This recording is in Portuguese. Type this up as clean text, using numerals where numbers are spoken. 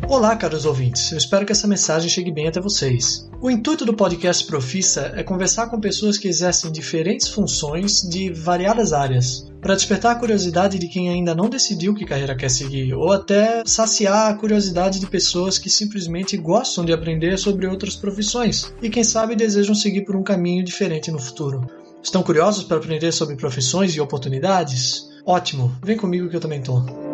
Olá, caros ouvintes, eu espero que essa mensagem chegue bem até vocês. O intuito do podcast Profissa é conversar com pessoas que exercem diferentes funções de variadas áreas, para despertar a curiosidade de quem ainda não decidiu que carreira quer seguir, ou até saciar a curiosidade de pessoas que simplesmente gostam de aprender sobre outras profissões e quem sabe desejam seguir por um caminho diferente no futuro. Estão curiosos para aprender sobre profissões e oportunidades? Ótimo, vem comigo que eu também estou.